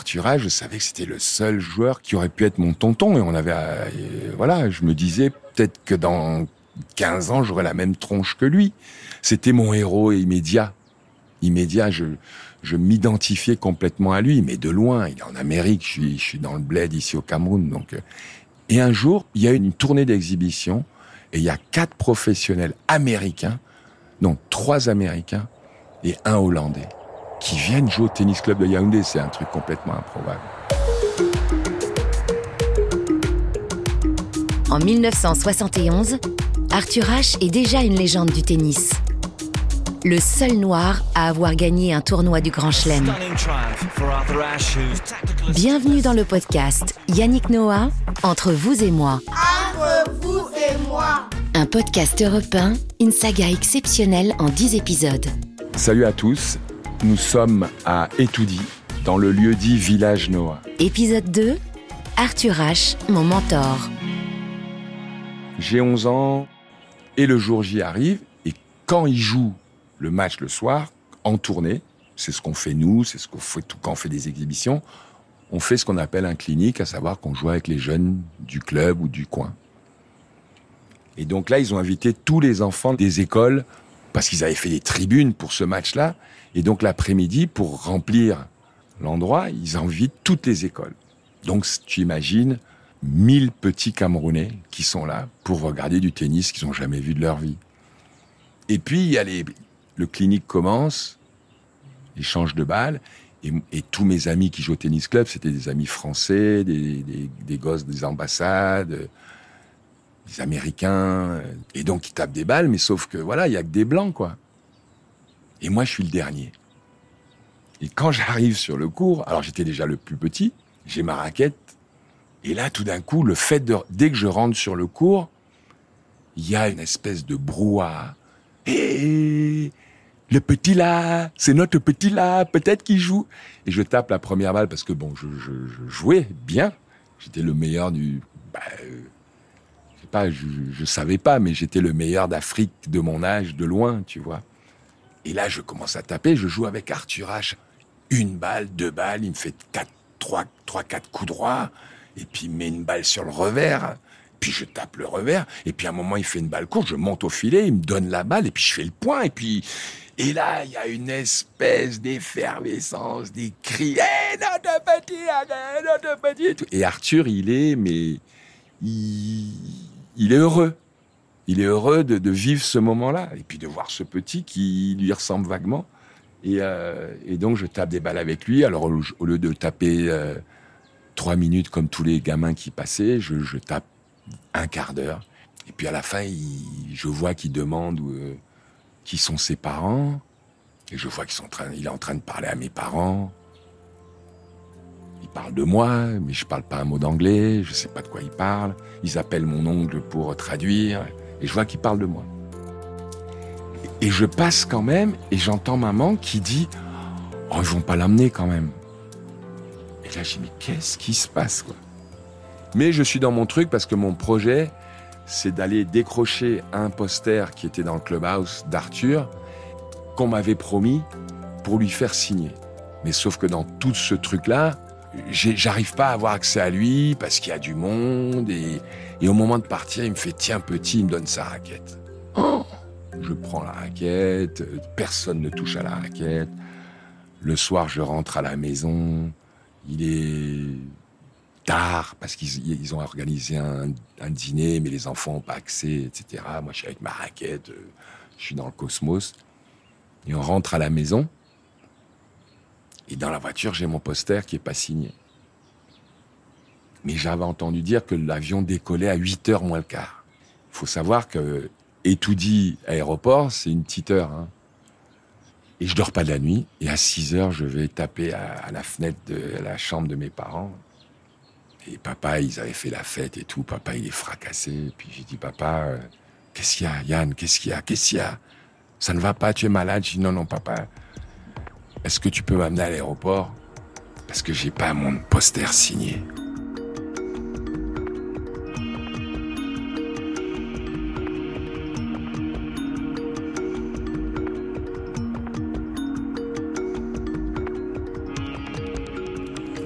Arthur Ashe, je savais que c'était le seul joueur qui aurait pu être mon tonton. Et on avait, je me disais peut-être que dans 15 ans, j'aurais la même tronche que lui. C'était mon héros immédiat. Je m'identifiais complètement à lui, mais de loin. Il est en Amérique, je suis dans le bled ici au Cameroun. Donc, et un jour, il y a une tournée d'exhibition et il y a 4 professionnels américains, non, 3 Américains et 1 Hollandais, qui viennent jouer au tennis club de Yaoundé. C'est un truc complètement improbable. En 1971, Arthur Ashe est déjà une légende du tennis. Le seul noir à avoir gagné un tournoi du Grand Chelem. Bienvenue dans le podcast Yannick Noah, Entre vous et moi. Entre vous et moi. Un podcast européen, une saga exceptionnelle en 10 épisodes. Salut à tous, nous sommes à Etoudi, dans le lieu-dit Village Noah. Épisode 2, Arthur Ashe, mon mentor. J'ai 11 ans et le jour J arrive, et quand il joue le match le soir, en tournée, c'est ce qu'on fait nous, c'est ce qu'on fait tout quand on fait des exhibitions, on fait ce qu'on appelle un clinique, à savoir qu'on joue avec les jeunes du club ou du coin. Et donc là, ils ont invité tous les enfants des écoles, parce qu'ils avaient fait des tribunes pour ce match-là, et donc l'après-midi, pour remplir l'endroit, ils invitent toutes les écoles. Donc tu imagines 1000 petits Camerounais qui sont là pour regarder du tennis qu'ils n'ont jamais vu de leur vie. Et puis, il y a le clinique commence, échange de balles, et tous mes amis qui jouent au tennis club, c'était des amis français, des gosses des ambassades, des Américains, et donc ils tapent des balles, mais sauf que voilà, il y a que des blancs, quoi. Et moi, je suis le dernier. Et quand j'arrive sur le court, alors j'étais déjà le plus petit, j'ai ma raquette, et là, tout d'un coup, dès que je rentre sur le court, il y a une espèce de brouhaha. Hé, le petit là, c'est notre petit là, peut-être qu'il joue. Et je tape la première balle parce que bon, je jouais bien. J'étais le meilleur je savais pas, mais j'étais le meilleur d'Afrique de mon âge, de loin, tu vois. Et là, je commence à taper, je joue avec Arthur Ashe. 1 balle, 2 balles, il me fait 3, 4 coups droits. Et puis il met une balle sur le revers, puis je tape le revers, et puis à un moment il fait une balle courte, je monte au filet, il me donne la balle, et puis je fais le point, et là il y a une espèce d'effervescence, des cris, notre petit, et tout. Et Arthur, il est heureux. Il est heureux de vivre ce moment-là, et puis de voir ce petit qui lui ressemble vaguement, et donc je tape des balles avec lui, alors au lieu de taper 3 minutes comme tous les gamins qui passaient, je tape un quart d'heure. Et puis à la fin, je vois qu'il demande qui sont ses parents. Et je vois il est en train de parler à mes parents. Il parle de moi, mais je parle pas un mot d'anglais, je sais pas de quoi il parle. Ils appellent mon oncle pour traduire. Et je vois qu'il parle de moi. Et je passe quand même, et j'entends maman qui dit « Oh, ils vont pas l'emmener quand même ». Et là, je dis, mais qu'est-ce qui se passe, quoi ? Mais je suis dans mon truc parce que mon projet, c'est d'aller décrocher un poster qui était dans le clubhouse d'Arthur, qu'on m'avait promis pour lui faire signer. Mais sauf que dans tout ce truc-là, j'arrive pas à avoir accès à lui parce qu'il y a du monde et au moment de partir, il me fait, tiens petit, il me donne sa raquette. Oh ! Je prends la raquette, personne ne touche à la raquette. Le soir, je rentre à la maison. Il est tard parce qu'ils ont organisé un dîner, mais les enfants n'ont pas accès, etc. Moi, je suis avec ma raquette, je suis dans le cosmos. Et on rentre à la maison. Et dans la voiture, j'ai mon poster qui n'est pas signé. Mais j'avais entendu dire que l'avion décollait à 8h moins le quart. Il faut savoir que Etoudi aéroport, c'est une petite heure, hein. Et je dors pas de la nuit. Et à 6h, je vais taper à la fenêtre de la chambre de mes parents. Et papa, ils avaient fait la fête et tout. Papa, il est fracassé. Et puis j'ai dit, papa, qu'est-ce qu'il y a, Yann? Qu'est-ce qu'il y a? Ça ne va pas, tu es malade? Je dis, non, papa. Est-ce que tu peux m'amener à l'aéroport? Parce que j'ai pas mon poster signé.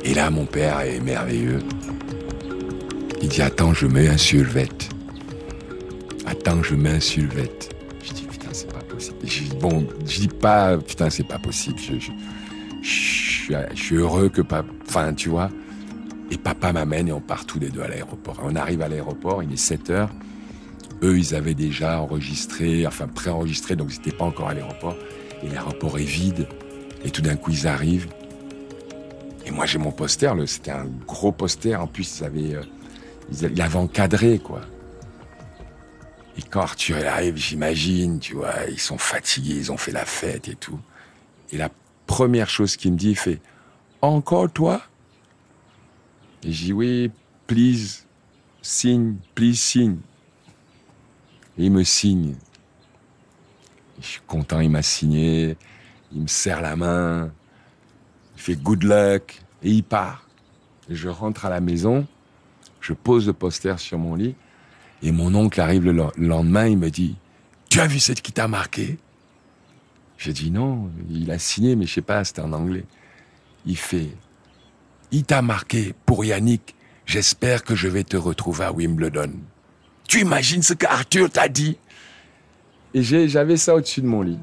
Et là, mon père est merveilleux. Il dit, attends, je mets un Sylvette. Attends, je mets un Sylvette. Je dis, putain, c'est pas possible. Je dis pas, putain, c'est pas possible. Je suis heureux que pas... Enfin, tu vois. Et papa m'amène et on part tous les deux à l'aéroport. On arrive à l'aéroport, il est 7h. Eux, ils avaient déjà enregistré, enfin pré-enregistré, donc ils n'étaient pas encore à l'aéroport. Et l'aéroport est vide. Et tout d'un coup, ils arrivent. Et moi, j'ai mon poster. C'était un gros poster. En plus, il avait encadré, quoi. Et quand Arthur il arrive, j'imagine, tu vois, ils sont fatigués, ils ont fait la fête et tout. Et la première chose qu'il me dit, il fait « Encore toi ?» Et je dis « Oui, please, signe, please, signe. » Et il me signe. Et je suis content, il m'a signé. Il me serre la main. Il fait « Good luck » et il part. Et je rentre à la maison, je pose le poster sur mon lit. Et mon oncle arrive le lendemain, il me dit « Tu as vu cette qui t'a marqué ?» J'ai dit « Non, il a signé, mais je sais pas, c'était en anglais. » Il fait « Il t'a marqué pour Yannick, j'espère que je vais te retrouver à Wimbledon. » Tu imagines ce qu'Arthur t'a dit? Et j'avais ça au-dessus de mon lit.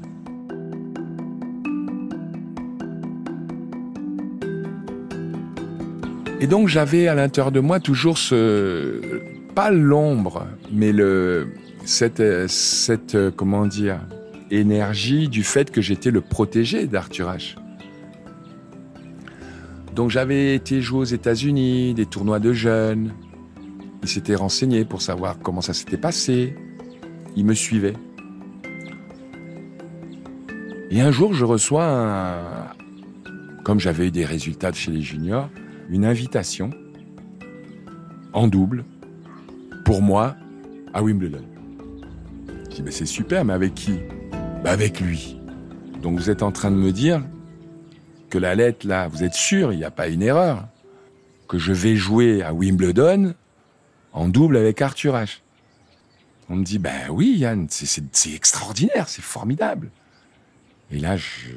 Et donc j'avais à l'intérieur de moi toujours pas l'ombre, mais cette comment dire, énergie du fait que j'étais le protégé d'Arthur Ashe. Donc j'avais été jouer aux États-Unis, des tournois de jeunes. Il s'était renseigné pour savoir comment ça s'était passé. Il me suivait. Et un jour, je reçois, comme j'avais eu des résultats chez les juniors, une invitation en double pour moi à Wimbledon. Je dis, c'est super, mais avec qui? Avec lui. Donc vous êtes en train de me dire que la lettre là, vous êtes sûr, il n'y a pas une erreur, que je vais jouer à Wimbledon en double avec Arthur Ashe. On me dit, oui Yann, c'est extraordinaire, c'est formidable. Et là,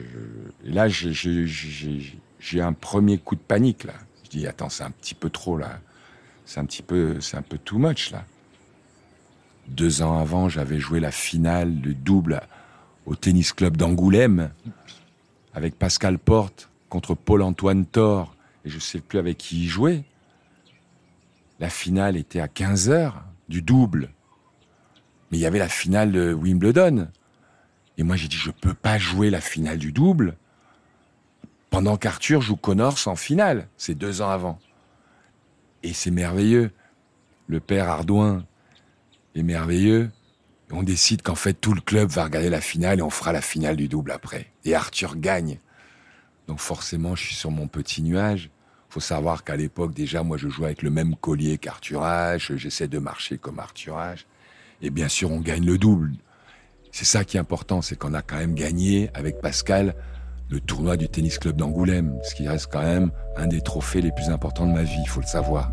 j'ai un premier coup de panique là. Je dis, attends, c'est un petit peu trop là. C'est un peu too much là. 2 ans avant, j'avais joué la finale de double au tennis club d'Angoulême avec Pascal Porte contre Paul-Antoine Thor. Et je ne sais plus avec qui il jouait. La finale était à 15h du double. Mais il y avait la finale de Wimbledon. Et moi, j'ai dit, je peux pas jouer la finale du double pendant qu'Arthur joue Connors en finale. C'est 2 ans avant. Et c'est merveilleux. Le père Ardouin est merveilleux. Et on décide qu'en fait, tout le club va regarder la finale et on fera la finale du double après. Et Arthur gagne. Donc forcément, je suis sur mon petit nuage. Faut savoir qu'à l'époque, déjà, moi, je jouais avec le même collier qu'Arthur Ashe. J'essaie de marcher comme Arthur Ashe. Et bien sûr, on gagne le double. C'est ça qui est important, c'est qu'on a quand même gagné avec Pascal le tournoi du tennis club d'Angoulême, ce qui reste quand même un des trophées les plus importants de ma vie, il faut le savoir.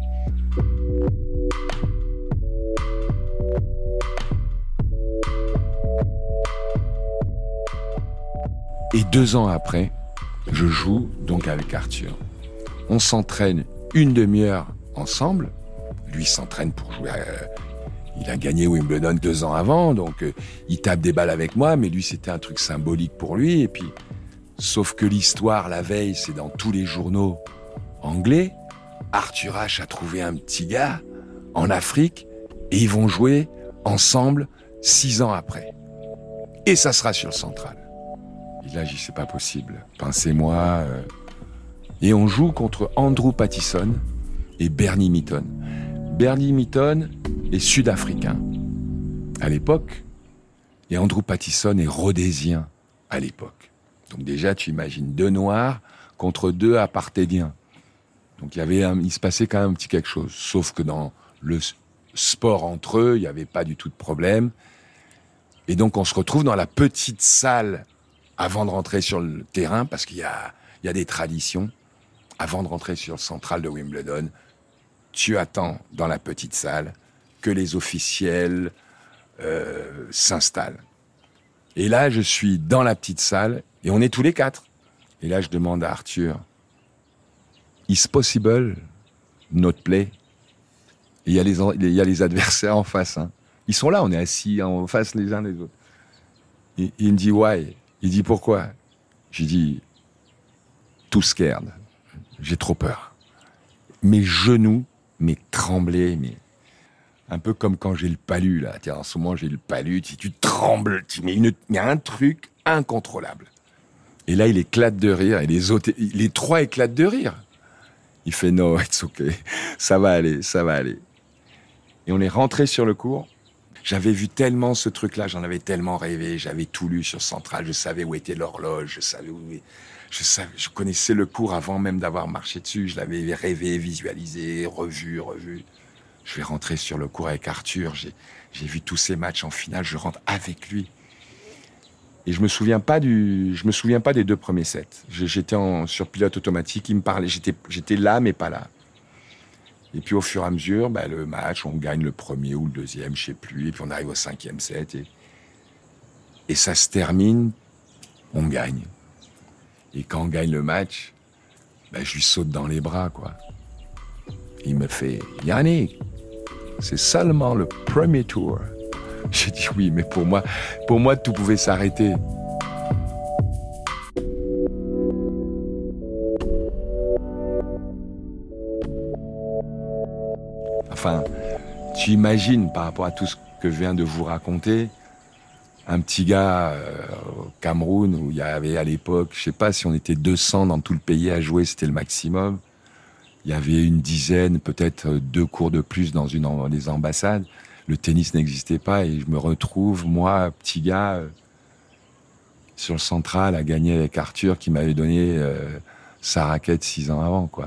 Et 2 ans après, je joue donc avec Arthur. On s'entraîne 1 demi-heure ensemble. Lui s'entraîne pour jouer il a gagné Wimbledon 2 ans avant, donc il tape des balles avec moi, mais lui, c'était un truc symbolique pour lui. Et puis, sauf que l'histoire, la veille, c'est dans tous les journaux anglais. Arthur Ashe a trouvé un petit gars en Afrique et ils vont jouer ensemble 6 ans après. Et ça sera sur le Central. Et là, j'ai dit, c'est pas possible. Pincez-moi. Et on joue contre Andrew Pattison et Bernie Mitton. Bernie Mitton est sud-africain à l'époque et Andrew Pattison est rhodésien à l'époque. Donc déjà, tu imagines 2 Noirs contre 2 aparthédiens. Donc il se passait quand même un petit quelque chose. Sauf que dans le sport entre eux, il n'y avait pas du tout de problème. Et donc on se retrouve dans la petite salle avant de rentrer sur le terrain, parce qu'il y a des traditions. Avant de rentrer sur le central de Wimbledon, tu attends dans la petite salle que les officiels s'installent. Et là, je suis dans la petite salle et on est tous les 4. Et là, je demande à Arthur, Is possible not play. Et il y a les adversaires en face. Hein. Ils sont là, on est assis en face les uns des autres. Et il me dit why. Il dit pourquoi. J'ai dit too scared. J'ai trop peur. Mes genoux, tremblaient, un peu comme quand j'ai le palu là. Tiens, en ce moment j'ai le palu. Tu trembles, il y a un truc incontrôlable. Et là il éclate de rire et les trois éclatent de rire. Il fait no, it's okay, ça va aller. Et on est rentré sur le court. J'avais vu tellement ce truc-là, j'en avais tellement rêvé, j'avais tout lu sur Central, je savais où était l'horloge, je connaissais le cours avant même d'avoir marché dessus, je l'avais rêvé, visualisé, revu. Je vais rentrer sur le cours avec Arthur, j'ai vu tous ces matchs en finale, je rentre avec lui. Et je me souviens pas des 2 premiers sets. J'étais sur pilote automatique, il me parlait, j'étais là mais pas là. Et puis au fur et à mesure, le match, on gagne le premier ou le deuxième, je sais plus. Et puis on arrive au 5e set et ça se termine, on gagne. Et quand on gagne le match, je lui saute dans les bras, quoi. Il me fait « Yannick, c'est seulement le premier tour. » J'ai dit oui, mais pour moi, tout pouvait s'arrêter. Enfin, tu imagines, par rapport à tout ce que je viens de vous raconter, un petit gars au Cameroun où il y avait à l'époque, je sais pas si on était 200 dans tout le pays à jouer, c'était le maximum. Il y avait une dizaine, peut-être 2 cours de plus dans les ambassades. Le tennis n'existait pas et je me retrouve, moi, petit gars, sur le Central à gagner avec Arthur qui m'avait donné sa raquette 6 ans avant, quoi.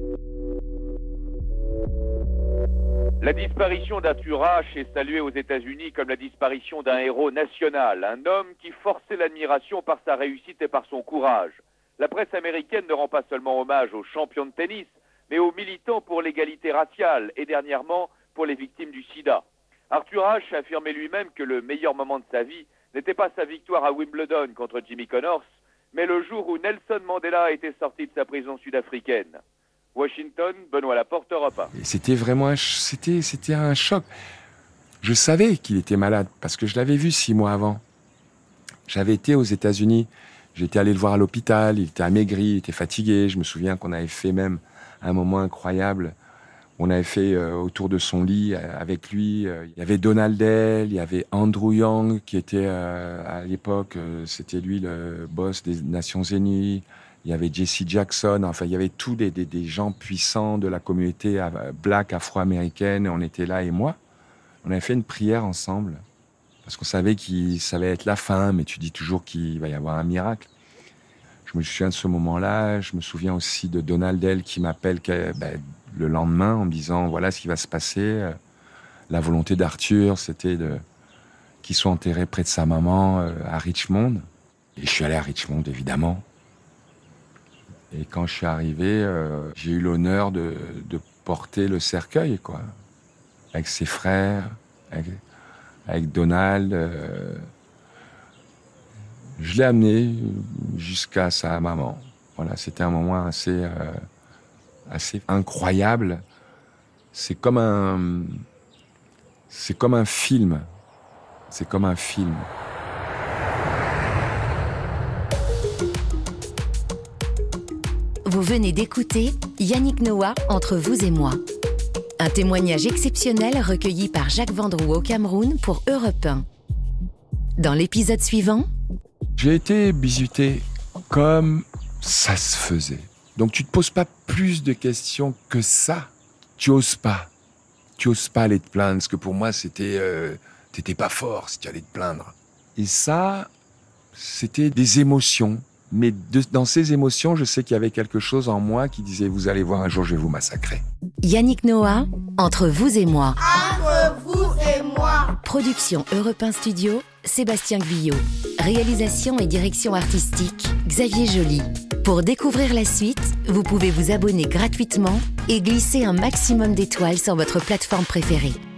La disparition d'Arthur Ashe est saluée aux États-Unis comme la disparition d'un héros national, un homme qui forçait l'admiration par sa réussite et par son courage. La presse américaine ne rend pas seulement hommage aux champions de tennis, mais aux militants pour l'égalité raciale et dernièrement pour les victimes du sida. Arthur Ashe a affirmé lui-même que le meilleur moment de sa vie n'était pas sa victoire à Wimbledon contre Jimmy Connors, mais le jour où Nelson Mandela était sorti de sa prison sud-africaine. Washington, Benoît Laporte, Europe 1. Et c'était vraiment c'était un choc. Je savais qu'il était malade parce que je l'avais vu 6 mois avant. J'avais été aux États-Unis, j'étais allé le voir à l'hôpital, il était amaigri, il était fatigué. Je me souviens qu'on avait fait même un moment incroyable. On avait fait autour de son lit avec lui. Il y avait Donald Dale, il y avait Andrew Young qui était à l'époque, c'était lui le boss des Nations Unies. Il y avait Jesse Jackson, enfin il y avait tous des gens puissants de la communauté black afro-américaine. On était là et moi. On avait fait une prière ensemble parce qu'on savait ça allait être la fin, mais tu dis toujours qu'il va y avoir un miracle. Je me souviens de ce moment-là. Je me souviens aussi de Donald Dale qui m'appelle le lendemain en me disant voilà ce qui va se passer. La volonté d'Arthur, c'était qu'il soit enterré près de sa maman à Richmond. Et je suis allé à Richmond, évidemment. Et quand je suis arrivé, j'ai eu l'honneur de porter le cercueil, quoi. Avec ses frères, avec Donald. Je l'ai amené jusqu'à sa maman. Voilà, c'était un moment assez incroyable. C'est comme un film. C'est comme un film. Vous venez d'écouter Yannick Noah, Entre vous et moi. Un témoignage exceptionnel recueilli par Jacques Vendroux au Cameroun pour Europe 1. Dans l'épisode suivant... J'ai été bisuté comme ça se faisait. Donc tu te poses pas plus de questions que ça. Tu oses pas aller te plaindre, parce que pour moi t'étais pas fort si tu allais te plaindre. Et ça, c'était des émotions. Mais dans ces émotions, je sais qu'il y avait quelque chose en moi qui disait « Vous allez voir, un jour, je vais vous massacrer ». Yannick Noah, Entre vous et moi. Entre vous et moi. Production Europe 1 Studio, Sébastien Guyot. Réalisation et direction artistique, Xavier Joly. Pour découvrir la suite, vous pouvez vous abonner gratuitement et glisser un maximum d'étoiles sur votre plateforme préférée.